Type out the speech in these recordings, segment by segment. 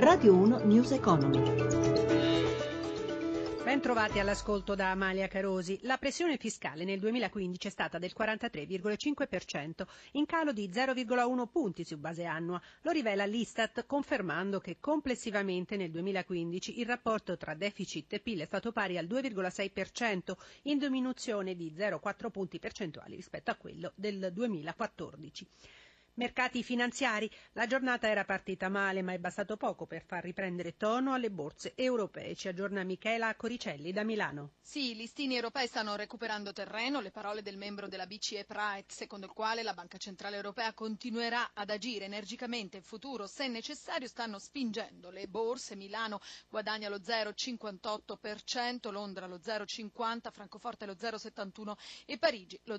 Radio 1 News Economy. Ben trovati all'ascolto da Amalia Carosi. La pressione fiscale nel 2015 è stata del 43,5%, in calo di 0,1 punti su base annua. Lo rivela l'Istat, confermando che complessivamente nel 2015 il rapporto tra deficit e PIL è stato pari al 2,6%, in diminuzione di 0,4 punti percentuali rispetto a quello del 2014. Mercati finanziari. La giornata era partita male, ma è bastato poco per far riprendere tono alle borse europee. Ci aggiorna Michela Coricelli da Milano. Sì, i listini europei stanno recuperando terreno. Le parole del membro della BCE Praet, secondo il quale la Banca Centrale Europea continuerà ad agire energicamente in futuro, se necessario, stanno spingendo le borse. Milano guadagna lo 0,58%, Londra lo 0,50%, Francoforte lo 0,71% e Parigi lo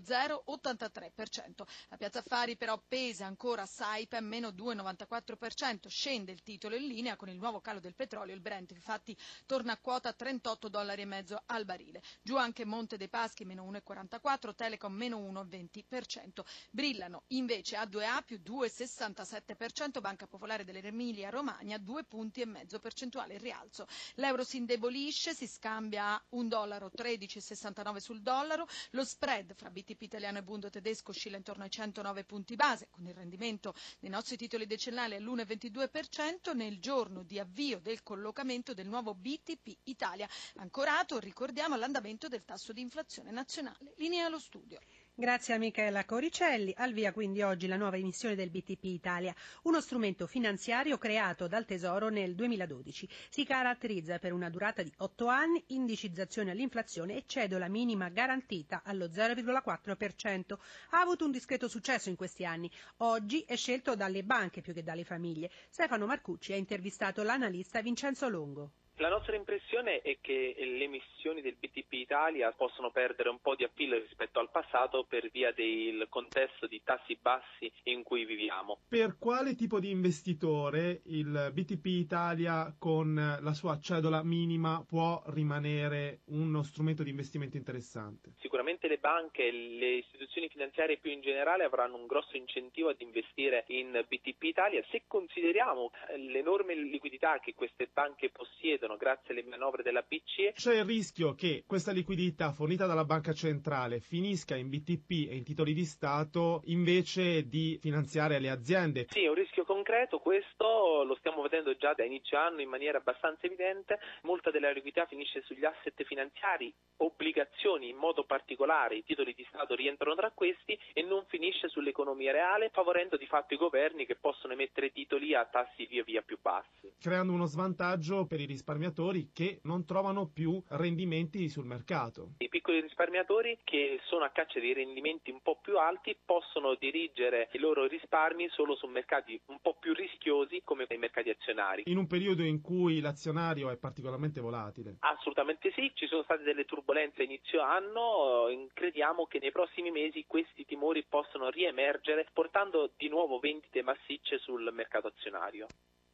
0,83%. La piazza affari però pesa ancora Saipem, meno 2,94%, scende il titolo in linea con il nuovo calo del petrolio, il Brent infatti torna a quota $38,50 al barile. Giù anche Monte dei Paschi, meno 1,44%, Telecom meno 1,20%. Brillano invece A2A più 2,67%, Banca Popolare dell'Emilia Romagna 2,5 punti percentuali in rialzo. L'euro si indebolisce, si scambia a $1,1369 sul dollaro, lo spread fra BTP italiano e Bundo tedesco oscilla intorno ai 109 punti base, con il rendimento dei nostri titoli decennali all'1,22% nel giorno di avvio del collocamento del nuovo BTP Italia, ancorato, ricordiamo, all'andamento del tasso di inflazione nazionale. Linea allo studio. Grazie a Michela Coricelli. Al via quindi oggi la nuova emissione del BTP Italia, uno strumento finanziario creato dal Tesoro nel 2012. Si caratterizza per una durata di 8 anni, indicizzazione all'inflazione e cedola minima garantita allo 0,4%. Ha avuto un discreto successo in questi anni. Oggi è scelto dalle banche più che dalle famiglie. Stefano Marcucci ha intervistato l'analista Vincenzo Longo. La nostra impressione è che le emissioni del BTP Italia possono perdere un po' di appeal rispetto al passato per via del contesto di tassi bassi in cui viviamo. Per quale tipo di investitore il BTP Italia con la sua cedola minima può rimanere uno strumento di investimento interessante? Sicuramente le banche e le istituzioni finanziarie più in generale avranno un grosso incentivo ad investire in BTP Italia se consideriamo l'enorme liquidità che queste banche possiedono grazie alle manovre della BCE. C'è il rischio che questa liquidità fornita dalla banca centrale finisca in BTP e in titoli di Stato invece di finanziare le aziende. Sì, è un rischio concreto, questo lo stiamo vedendo già da inizio anno in maniera abbastanza evidente. Molta della liquidità finisce sugli asset finanziari, obbligazioni in modo particolare, i titoli di Stato rientrano tra questi, e non finisce sull'economia reale, favorendo di fatto i governi che possono emettere titoli a tassi via via più bassi. Creando uno svantaggio per i risparmiatori che non trovano più rendimenti sul mercato. I piccoli risparmiatori che sono a caccia di rendimenti un po' più alti possono dirigere i loro risparmi solo su mercati un po' più rischiosi come i mercati azionari. In un periodo in cui l'azionario è particolarmente volatile. Assolutamente sì, ci sono state delle turbolenze a inizio anno, crediamo che nei prossimi mesi questi timori possano riemergere portando di nuovo vendite massicce sul mercato azionario.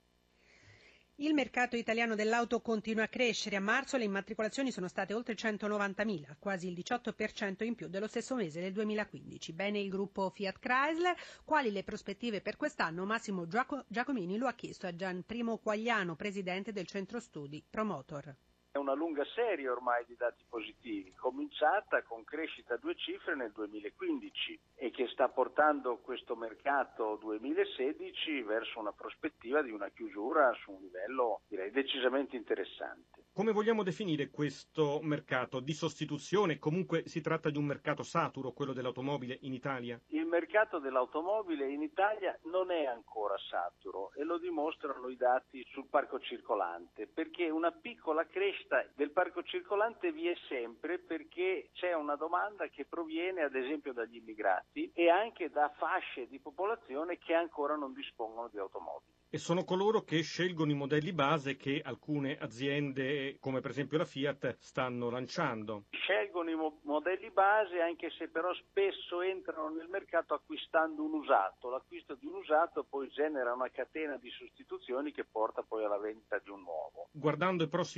Il mercato italiano dell'auto continua a crescere. A marzo le immatricolazioni sono state oltre 190.000, quasi il 18% in più dello stesso mese del 2015. Bene il gruppo Fiat Chrysler. Quali le prospettive per quest'anno? Massimo Giacomini lo ha chiesto a Gian Primo Quagliano, presidente del centro studi Promotor. È una lunga serie ormai di dati positivi, cominciata con crescita a 2 cifre nel 2015 e che sta portando questo mercato 2016 verso una prospettiva di una chiusura su un livello, direi, decisamente interessante. Come vogliamo definire questo mercato? Di sostituzione? Comunque si tratta di un mercato saturo, quello dell'automobile in Italia? Il mercato dell'automobile in Italia non è ancora saturo e lo dimostrano i dati sul parco circolante, perché una piccola crescita del parco circolante vi è sempre, perché c'è una domanda che proviene ad esempio dagli immigrati e anche da fasce di popolazione che ancora non dispongono di automobili. E sono coloro che scelgono i modelli base che alcune aziende, come per esempio la Fiat, stanno lanciando. Scelgono i modelli base, anche se però spesso entrano nel mercato acquistando un usato. L'acquisto di un usato poi genera una catena di sostituzioni che porta poi alla vendita di un nuovo. Guardando i prossimi mesi dell'anno,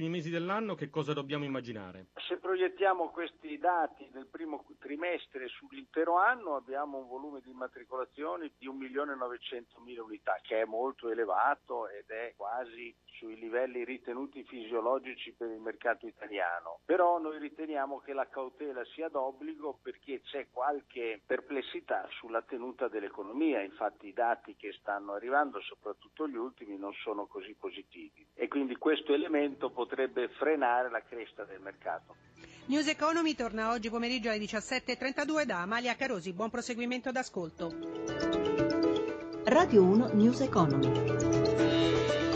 dell'anno che cosa dobbiamo immaginare? Se proiettiamo questi dati del primo trimestre sull'intero anno abbiamo un volume di immatricolazioni di 1.900.000 unità, che è molto elevato ed è quasi sui livelli ritenuti fisiologici per il mercato italiano. Però noi riteniamo che la cautela sia d'obbligo perché c'è qualche perplessità sulla tenuta dell'economia. Infatti i dati che stanno arrivando, soprattutto gli ultimi, non sono così positivi e quindi questo elemento potrebbe frenare la crescita del mercato. News Economy torna oggi pomeriggio alle 17.32 da Amalia Carosi. Buon proseguimento d'ascolto. Radio 1 News Economy.